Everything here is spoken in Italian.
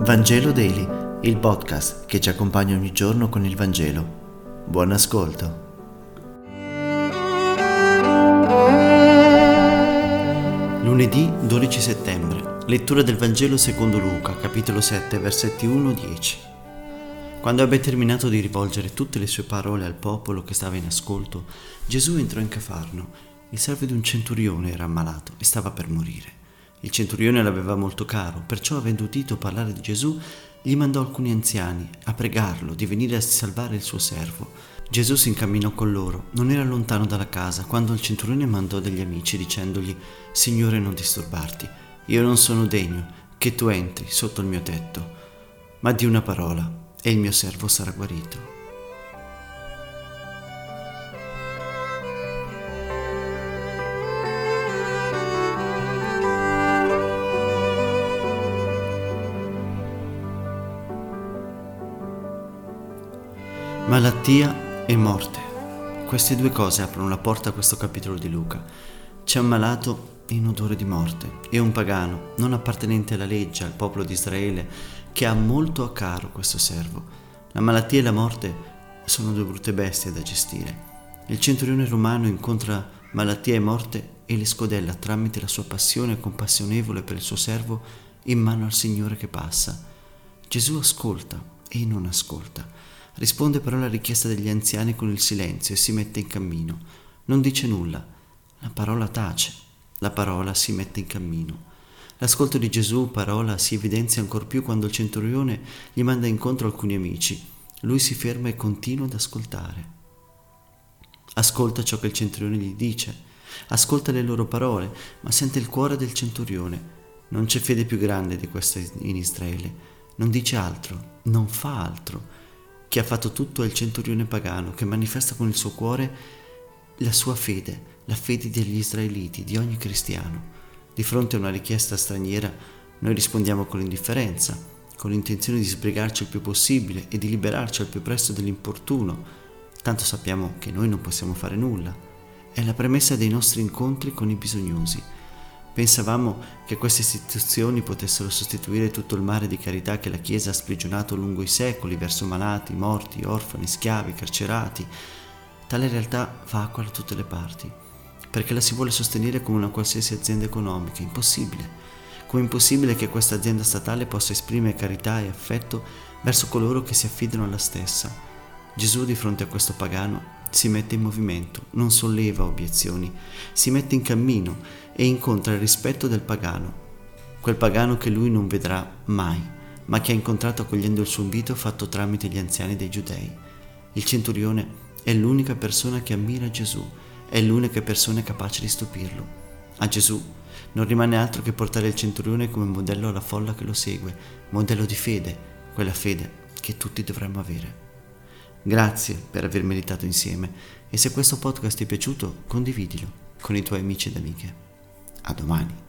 Vangelo Daily, il podcast che ci accompagna ogni giorno con il Vangelo. Buon ascolto. Lunedì 12 settembre. Lettura del Vangelo secondo Luca, capitolo 7, versetti 1-10. Quando ebbe terminato di rivolgere tutte le sue parole al popolo che stava in ascolto, Gesù entrò in Cafarno. Il servo di un centurione era ammalato e stava per morire. Il centurione l'aveva molto caro, perciò, avendo udito parlare di Gesù, gli mandò alcuni anziani a pregarlo di venire a salvare il suo servo. Gesù si incamminò con loro, non era lontano dalla casa, quando il centurione mandò degli amici dicendogli: «Signore, non disturbarti, io non sono degno che tu entri sotto il mio tetto, ma di una parola e il mio servo sarà guarito». Malattia e morte. Queste due cose aprono la porta a questo capitolo di Luca. C'è un malato in odore di morte e un pagano, non appartenente alla legge, al popolo di Israele, che ha molto a caro questo servo. La malattia e la morte sono due brutte bestie da gestire. Il centurione romano incontra malattia e morte e le scodella tramite la sua passione compassionevole per il suo servo in mano al Signore che passa. Gesù ascolta e non ascolta. Risponde però alla richiesta degli anziani con il silenzio e si mette in cammino. Non dice nulla. La parola tace. La parola si mette in cammino. L'ascolto di Gesù, parola, si evidenzia ancor più quando il centurione gli manda incontro alcuni amici. Lui si ferma e continua ad ascoltare. Ascolta ciò che il centurione gli dice. Ascolta le loro parole, ma sente il cuore del centurione. Non c'è fede più grande di questa in Israele. Non dice altro, non fa altro. Chi ha fatto tutto è il centurione pagano, che manifesta con il suo cuore la sua fede, la fede degli israeliti, di ogni cristiano. Di fronte a una richiesta straniera noi rispondiamo con indifferenza, con l'intenzione di sbrigarci il più possibile e di liberarci al più presto dell'importuno, tanto sappiamo che noi non possiamo fare nulla. È la premessa dei nostri incontri con i bisognosi. Pensavamo che queste istituzioni potessero sostituire tutto il mare di carità che la Chiesa ha sprigionato lungo i secoli verso malati, morti, orfani, schiavi, carcerati. Tale realtà va acqua da tutte le parti, perché la si vuole sostenere come una qualsiasi azienda economica. Impossibile. Come impossibile che questa azienda statale possa esprimere carità e affetto verso coloro che si affidano alla stessa. Gesù, di fronte a questo pagano, si mette in movimento, non solleva obiezioni, si mette in cammino e incontra il rispetto del pagano, quel pagano che lui non vedrà mai, ma che ha incontrato accogliendo il suo invito fatto tramite gli anziani dei Giudei. Il centurione è l'unica persona che ammira Gesù, è l'unica persona capace di stupirlo. A Gesù non rimane altro che portare il centurione come modello alla folla che lo segue, modello di fede, quella fede che tutti dovremmo avere. Grazie per aver meditato insieme e se questo podcast ti è piaciuto, condividilo con i tuoi amici ed amiche. A domani.